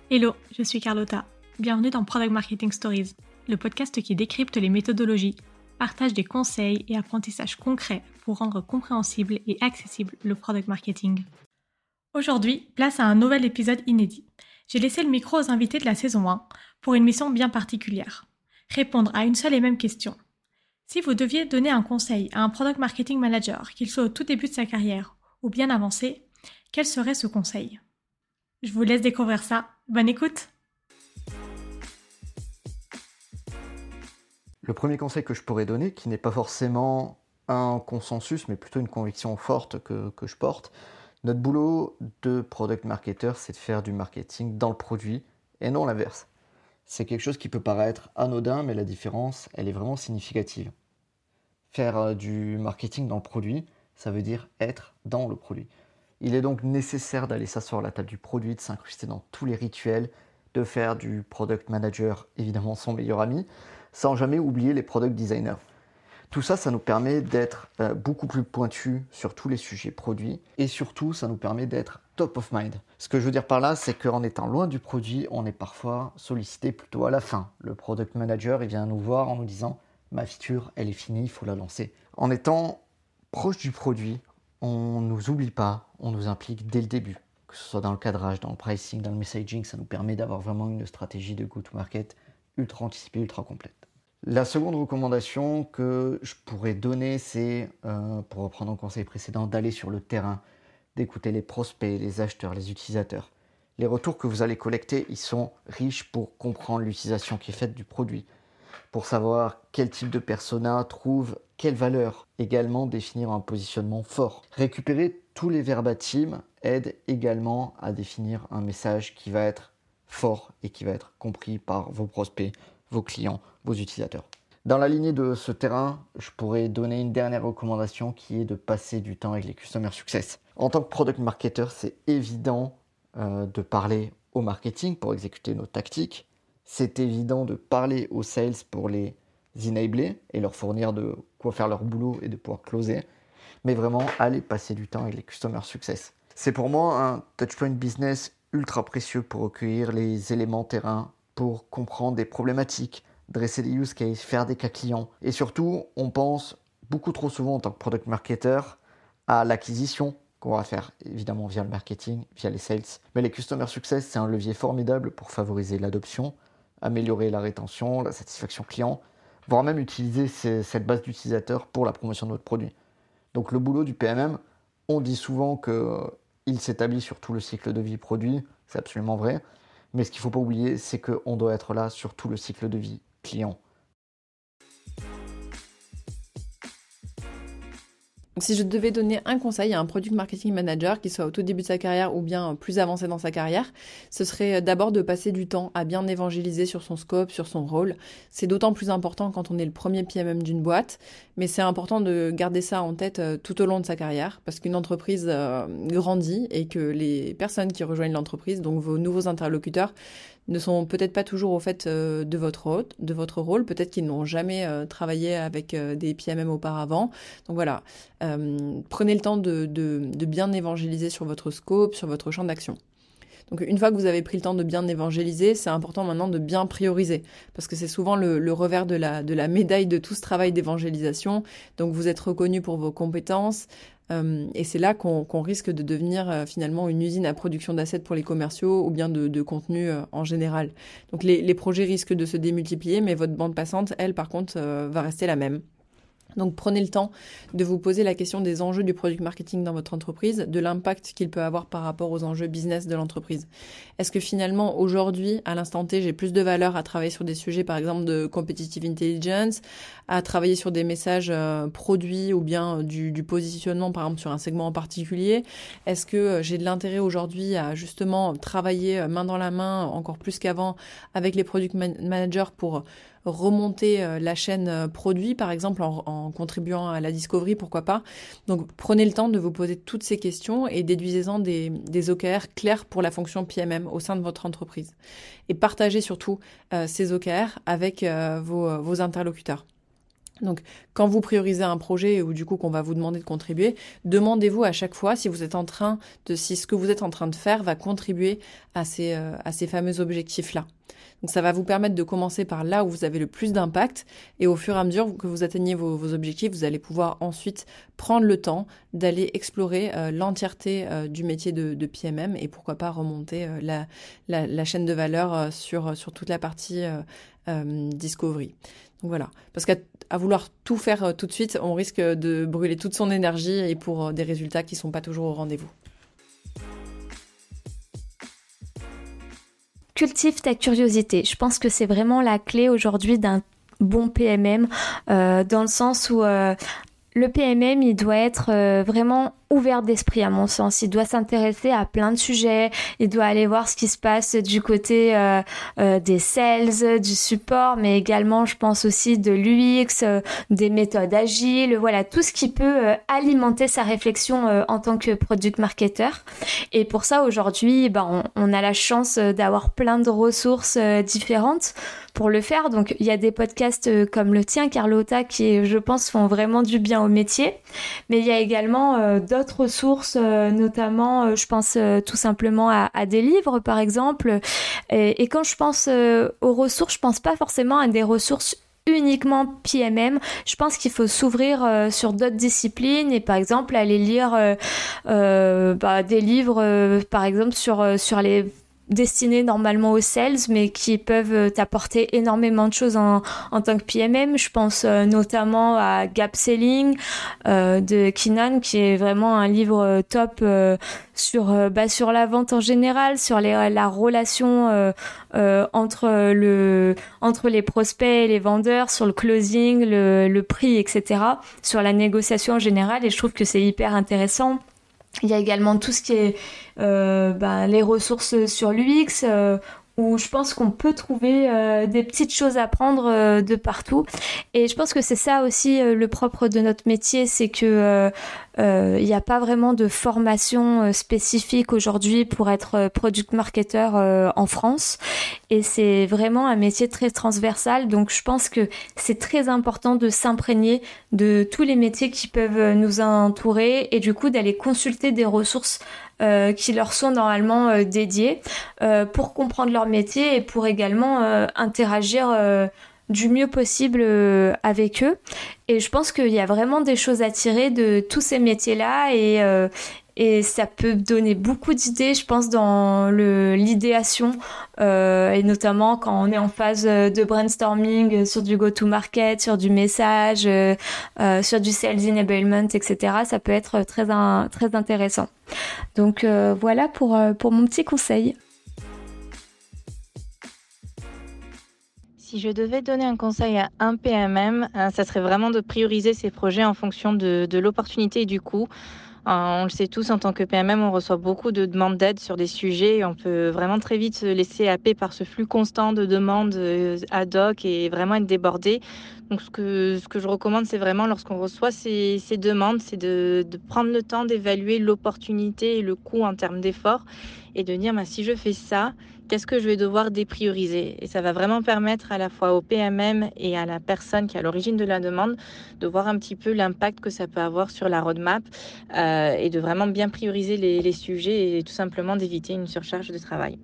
Hello, je suis Carlotta. Bienvenue dans Product Marketing Stories, le podcast qui décrypte les méthodologies, partage des conseils et apprentissages concrets pour rendre compréhensible et accessible le product marketing. Aujourd'hui, place à un nouvel épisode inédit. J'ai laissé le micro aux invités de la saison 1 pour une mission bien particulière. Répondre à une seule et même question. Si vous deviez donner un conseil à un product marketing manager, qu'il soit au tout début de sa carrière ou bien avancé, quel serait ce conseil ? Je vous laisse découvrir ça. Bonne écoute! Le premier conseil que je pourrais donner, qui n'est pas forcément un consensus, mais plutôt une conviction forte que je porte, notre boulot de product marketer, c'est de faire du marketing dans le produit et non l'inverse. C'est quelque chose qui peut paraître anodin, mais la différence, elle est vraiment significative. Faire du marketing dans le produit, ça veut dire être dans le produit. Il est donc nécessaire d'aller s'asseoir à la table du produit, de s'incruster dans tous les rituels, de faire du product manager, évidemment son meilleur ami, sans jamais oublier les product designers. Tout ça, ça nous permet d'être beaucoup plus pointu sur tous les sujets produits et surtout, ça nous permet d'être top of mind. Ce que je veux dire par là, c'est qu'en étant loin du produit, on est parfois sollicité plutôt à la fin. Le product manager, il vient nous voir en nous disant « ma feature, elle est finie, il faut la lancer ». En étant proche du produit, on ne nous oublie pas, on nous implique dès le début. Que ce soit dans le cadrage, dans le pricing, dans le messaging, ça nous permet d'avoir vraiment une stratégie de go-to-market ultra anticipée, ultra complète. La seconde recommandation que je pourrais donner, c'est, pour reprendre un conseil précédent, d'aller sur le terrain, d'écouter les prospects, les acheteurs, les utilisateurs. Les retours que vous allez collecter, ils sont riches pour comprendre l'utilisation qui est faite du produit, pour savoir quel type de persona trouve quelle valeur, également définir un positionnement fort. Récupérer tous les verbatims aide également à définir un message qui va être fort et qui va être compris par vos prospects, vos clients, vos utilisateurs. Dans la lignée de ce terrain, je pourrais donner une dernière recommandation qui est de passer du temps avec les Customer Success. En tant que Product Marketer, c'est évident de parler au marketing pour exécuter nos tactiques. C'est évident de parler aux sales pour les enabler et leur fournir de quoi faire leur boulot et de pouvoir closer. Mais vraiment, aller passer du temps avec les Customer Success. C'est pour moi un touchpoint business ultra précieux pour recueillir les éléments terrain, pour comprendre des problématiques, dresser des use cases, faire des cas clients. Et surtout, on pense beaucoup trop souvent en tant que product marketer à l'acquisition qu'on va faire évidemment via le marketing, via les sales. Mais les Customer Success, c'est un levier formidable pour favoriser l'adoption, améliorer la rétention, la satisfaction client, voire même utiliser cette base d'utilisateurs pour la promotion de votre produit. Donc le boulot du PMM, on dit souvent qu'il s'établit sur tout le cycle de vie produit, c'est absolument vrai, mais ce qu'il ne faut pas oublier, c'est qu'on doit être là sur tout le cycle de vie client. Si je devais donner un conseil à un product marketing manager, qui soit au tout début de sa carrière ou bien plus avancé dans sa carrière, ce serait d'abord de passer du temps à bien évangéliser sur son scope, sur son rôle. C'est d'autant plus important quand on est le premier PMM d'une boîte, mais c'est important de garder ça en tête tout au long de sa carrière, parce qu'une entreprise grandit et que les personnes qui rejoignent l'entreprise, donc vos nouveaux interlocuteurs, ne sont peut-être pas toujours au fait de votre rôle. Peut-être qu'ils n'ont jamais travaillé avec des PMM auparavant. Donc voilà, prenez le temps de bien évangéliser sur votre scope, sur votre champ d'action. Donc une fois que vous avez pris le temps de bien évangéliser, c'est important maintenant de bien prioriser, parce que c'est souvent le revers de la médaille de tout ce travail d'évangélisation. Donc vous êtes reconnu pour vos compétences, et c'est là qu'on risque de devenir finalement une usine à production d'assets pour les commerciaux ou bien de contenu en général. Donc les projets risquent de se démultiplier, mais votre bande passante, elle, par contre, va rester la même. Donc prenez le temps de vous poser la question des enjeux du product marketing dans votre entreprise, de l'impact qu'il peut avoir par rapport aux enjeux business de l'entreprise. Est-ce que finalement aujourd'hui, à l'instant T, j'ai plus de valeur à travailler sur des sujets par exemple de competitive intelligence, à travailler sur des messages produits ou bien du positionnement par exemple sur un segment en particulier? Est-ce que j'ai de l'intérêt aujourd'hui à justement travailler main dans la main encore plus qu'avant avec les product managers pour remonter la chaîne produit, par exemple, en contribuant à la discovery, pourquoi pas. Donc, prenez le temps de vous poser toutes ces questions et déduisez-en des OKR clairs pour la fonction PMM au sein de votre entreprise. Et partagez surtout ces OKR avec vos interlocuteurs. Donc, quand vous priorisez un projet ou du coup qu'on va vous demander de contribuer, demandez-vous à chaque fois si ce que vous êtes en train de faire va contribuer à ces fameux objectifs-là. Donc, ça va vous permettre de commencer par là où vous avez le plus d'impact et au fur et à mesure que vous atteignez vos objectifs, vous allez pouvoir ensuite prendre le temps d'aller explorer l'entièreté du métier de PMM et pourquoi pas remonter la chaîne de valeur sur toute la partie discovery. Donc voilà, parce qu'à vouloir tout faire tout de suite, on risque de brûler toute son énergie et pour des résultats qui sont pas toujours au rendez-vous. Cultive ta curiosité. Je pense que c'est vraiment la clé aujourd'hui d'un bon PMM, dans le sens où le PMM, il doit être vraiment ouvert d'esprit à mon sens. Il doit s'intéresser à plein de sujets. Il doit aller voir ce qui se passe du côté des sales, du support, mais également, je pense aussi de l'UX, des méthodes agiles. Voilà, tout ce qui peut alimenter sa réflexion en tant que product marketer. Et pour ça, aujourd'hui, on a la chance d'avoir plein de ressources différentes pour le faire. Donc, il y a des podcasts comme le tien, Carlotta, qui, je pense, font vraiment du bien au métier. Mais il y a également d'autres ressources, notamment, je pense tout simplement à des livres, par exemple. Et quand je pense aux ressources, je pense pas forcément à des ressources uniquement PMM. Je pense qu'il faut s'ouvrir sur d'autres disciplines et par exemple aller lire des livres, par exemple sur les destinés normalement aux sales, mais qui peuvent t'apporter énormément de choses en tant que PMM. Je pense notamment à Gap Selling de Keenan, qui est vraiment un livre top sur la vente en général, sur la relation entre les prospects et les vendeurs, sur le closing, le prix, etc., sur la négociation en général, et je trouve que c'est hyper intéressant. Il y a également tout ce qui est les ressources sur l'UX, où je pense qu'on peut trouver des petites choses à prendre de partout. Et je pense que c'est ça aussi le propre de notre métier, c'est que il n'y a pas vraiment de formation spécifique aujourd'hui pour être product marketer en France. Et c'est vraiment un métier très transversal. Donc je pense que c'est très important de s'imprégner de tous les métiers qui peuvent nous entourer et du coup d'aller consulter des ressources qui leur sont normalement dédiées pour comprendre leur métier et pour également interagir du mieux possible avec eux. Et je pense qu'il y a vraiment des choses à tirer de tous ces métiers-là et ça peut donner beaucoup d'idées, je pense, dans l'idéation et notamment quand on est en phase de brainstorming sur du go-to-market, sur du message, sur du sales enablement, etc. Ça peut être très, très intéressant. Donc voilà pour mon petit conseil. Si je devais donner un conseil à un PMM, ça serait vraiment de prioriser ses projets en fonction de l'opportunité et du coût. On le sait tous, en tant que PMM, on reçoit beaucoup de demandes d'aide sur des sujets et on peut vraiment très vite se laisser happer par ce flux constant de demandes ad hoc et vraiment être débordé. Donc ce que je recommande, c'est vraiment lorsqu'on reçoit ces demandes, c'est de prendre le temps d'évaluer l'opportunité et le coût en termes d'efforts et de dire si je fais ça, qu'est-ce que je vais devoir déprioriser? Et ça va vraiment permettre à la fois au PMM et à la personne qui est à l'origine de la demande de voir un petit peu l'impact que ça peut avoir sur la roadmap et de vraiment bien prioriser les sujets et tout simplement d'éviter une surcharge de travail.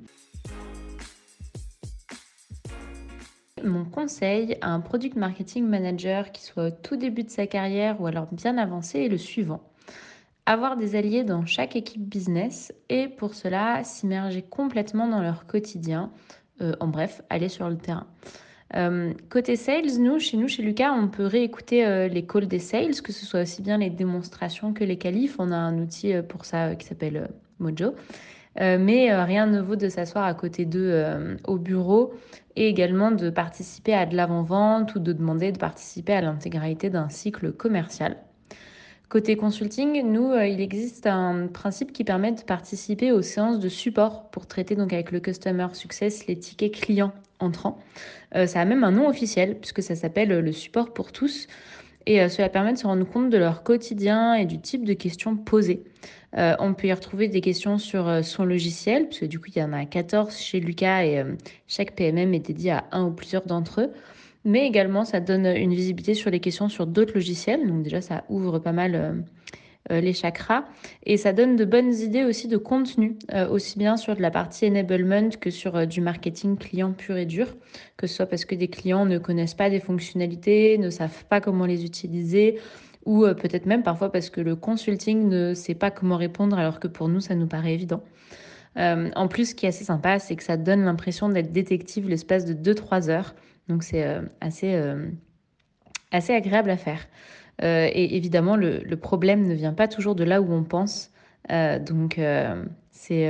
Mon conseil à un product marketing manager qui soit au tout début de sa carrière ou alors bien avancé est le suivant. Avoir des alliés dans chaque équipe business et pour cela s'immerger complètement dans leur quotidien. En bref, aller sur le terrain. Côté sales, chez Lucas, on peut réécouter les calls des sales, que ce soit aussi bien les démonstrations que les qualifs. On a un outil pour ça qui s'appelle Mojo. Mais rien ne vaut de s'asseoir à côté d'eux au bureau et également de participer à de l'avant-vente ou de demander de participer à l'intégralité d'un cycle commercial. Côté consulting, il existe un principe qui permet de participer aux séances de support pour traiter donc avec le Customer Success les tickets clients entrants. Ça a même un nom officiel puisque ça s'appelle le support pour tous et cela permet de se rendre compte de leur quotidien et du type de questions posées. On peut y retrouver des questions sur son logiciel, parce que du coup il y en a 14 chez Lucas et chaque PMM est dédié à un ou plusieurs d'entre eux. mais également ça donne une visibilité sur les questions sur d'autres logiciels. Donc déjà, ça ouvre pas mal les chakras et ça donne de bonnes idées aussi de contenu, aussi bien sur de la partie enablement que sur du marketing client pur et dur, que ce soit parce que des clients ne connaissent pas des fonctionnalités, ne savent pas comment les utiliser, ou peut-être même parfois parce que le consulting ne sait pas comment répondre alors que pour nous, ça nous paraît évident. En plus, ce qui est assez sympa, c'est que ça donne l'impression d'être détective l'espace de 2-3 heures. Donc c'est assez agréable à faire. Et évidemment, le problème ne vient pas toujours de là où on pense. Donc c'est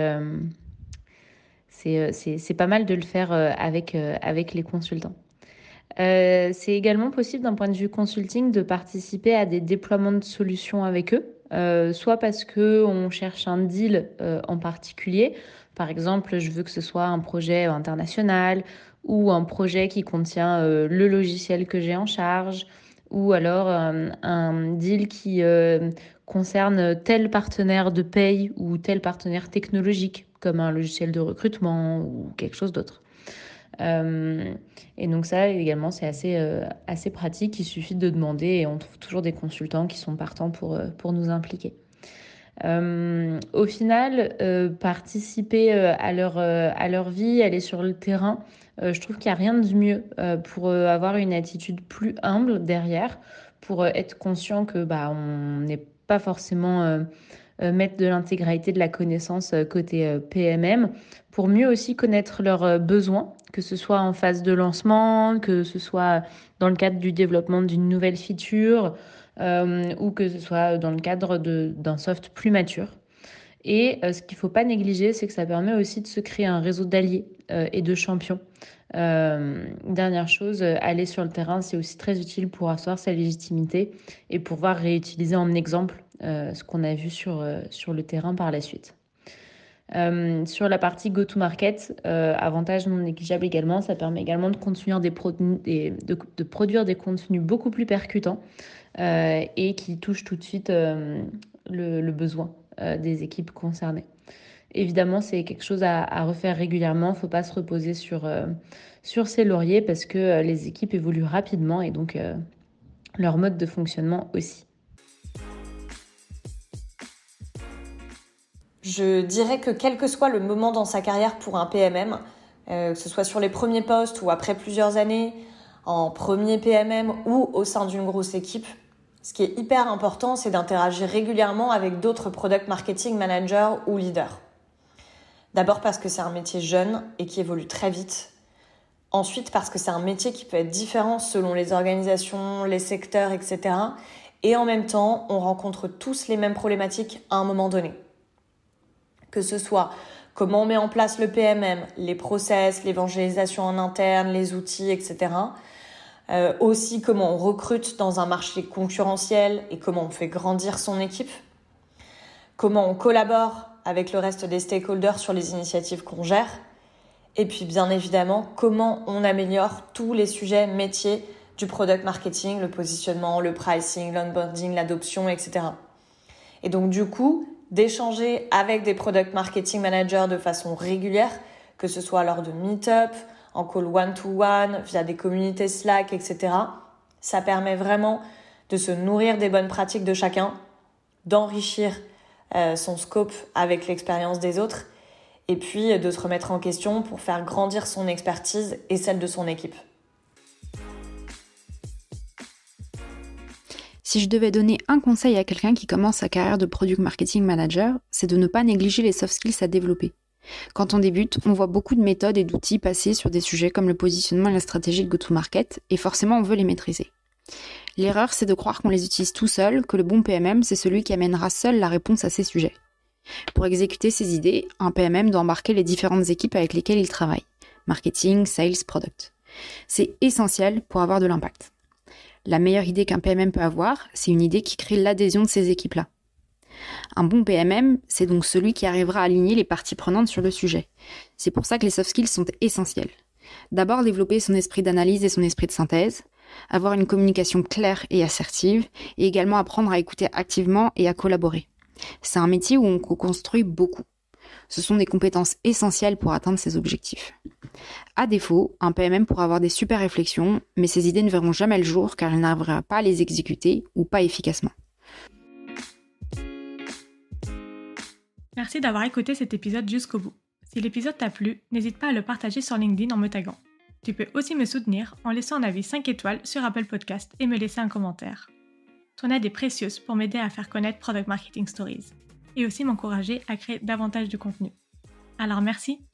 pas mal de le faire avec les consultants. C'est également possible d'un point de vue consulting de participer à des déploiements de solutions avec eux, soit parce qu'on cherche un deal en particulier. Par exemple, je veux que ce soit un projet international ou un projet qui contient le logiciel que j'ai en charge, ou alors un deal qui concerne tel partenaire de paye ou tel partenaire technologique, comme un logiciel de recrutement ou quelque chose d'autre. Et donc ça également c'est assez pratique, il suffit de demander et on trouve toujours des consultants qui sont partants pour nous impliquer. Au final, participer à leur vie, aller sur le terrain, je trouve qu'il n'y a rien de mieux pour avoir une attitude plus humble derrière, pour être conscient que on n'est pas forcément maître de l'intégralité de la connaissance côté PMM, pour mieux aussi connaître leurs besoins, que ce soit en phase de lancement, que ce soit dans le cadre du développement d'une nouvelle feature, ou que ce soit dans le cadre d'un soft plus mature. Et ce qu'il ne faut pas négliger, c'est que ça permet aussi de se créer un réseau d'alliés et de champions. Dernière chose, aller sur le terrain, c'est aussi très utile pour asseoir sa légitimité et pouvoir réutiliser en exemple ce qu'on a vu sur le terrain par la suite. Sur la partie go-to-market, avantage non négligeable également, ça permet également de produire des contenus beaucoup plus percutants et qui touchent tout de suite le besoin des équipes concernées. Évidemment, c'est quelque chose à refaire régulièrement. Il ne faut pas se reposer sur ses lauriers parce que les équipes évoluent rapidement et donc leur mode de fonctionnement aussi. Je dirais que quel que soit le moment dans sa carrière pour un PMM, que ce soit sur les premiers postes ou après plusieurs années, en premier PMM ou au sein d'une grosse équipe, ce qui est hyper important, c'est d'interagir régulièrement avec d'autres product marketing managers ou leaders. D'abord parce que c'est un métier jeune et qui évolue très vite. Ensuite parce que c'est un métier qui peut être différent selon les organisations, les secteurs, etc. Et en même temps, on rencontre tous les mêmes problématiques à un moment donné. Que ce soit comment on met en place le PMM, les process, l'évangélisation en interne, les outils, etc. Aussi comment on recrute dans un marché concurrentiel et comment on fait grandir son équipe. Comment on collabore avec le reste des stakeholders sur les initiatives qu'on gère. Et puis bien évidemment, comment on améliore tous les sujets métiers du product marketing, le positionnement, le pricing, l'onboarding, l'adoption, etc. Et donc du coup, d'échanger avec des product marketing managers de façon régulière, que ce soit lors de meet-up, en call one-to-one, via des communautés Slack, etc. Ça permet vraiment de se nourrir des bonnes pratiques de chacun, d'enrichir son scope avec l'expérience des autres, et puis de se remettre en question pour faire grandir son expertise et celle de son équipe. Si je devais donner un conseil à quelqu'un qui commence sa carrière de product marketing manager, c'est de ne pas négliger les soft skills à développer. Quand on débute, on voit beaucoup de méthodes et d'outils passer sur des sujets comme le positionnement et la stratégie de go-to-market, et forcément on veut les maîtriser. L'erreur, c'est de croire qu'on les utilise tout seul, que le bon PMM, c'est celui qui amènera seul la réponse à ces sujets. Pour exécuter ces idées, un PMM doit embarquer les différentes équipes avec lesquelles il travaille. Marketing, sales, product. C'est essentiel pour avoir de l'impact. La meilleure idée qu'un PMM peut avoir, c'est une idée qui crée l'adhésion de ces équipes-là. Un bon PMM, c'est donc celui qui arrivera à aligner les parties prenantes sur le sujet. C'est pour ça que les soft skills sont essentiels. D'abord, développer son esprit d'analyse et son esprit de synthèse, avoir une communication claire et assertive, et également apprendre à écouter activement et à collaborer. C'est un métier où on co-construit beaucoup. Ce sont des compétences essentielles pour atteindre ces objectifs. À défaut, un PMM pourra avoir des super réflexions, mais ses idées ne verront jamais le jour car il n'arrivera pas à les exécuter ou pas efficacement. Merci d'avoir écouté cet épisode jusqu'au bout. Si l'épisode t'a plu, n'hésite pas à le partager sur LinkedIn en me taguant. Tu peux aussi me soutenir en laissant un avis 5 étoiles sur Apple Podcast et me laisser un commentaire. Ton aide est précieuse pour m'aider à faire connaître Product Marketing Stories et aussi m'encourager à créer davantage de contenu. Alors merci!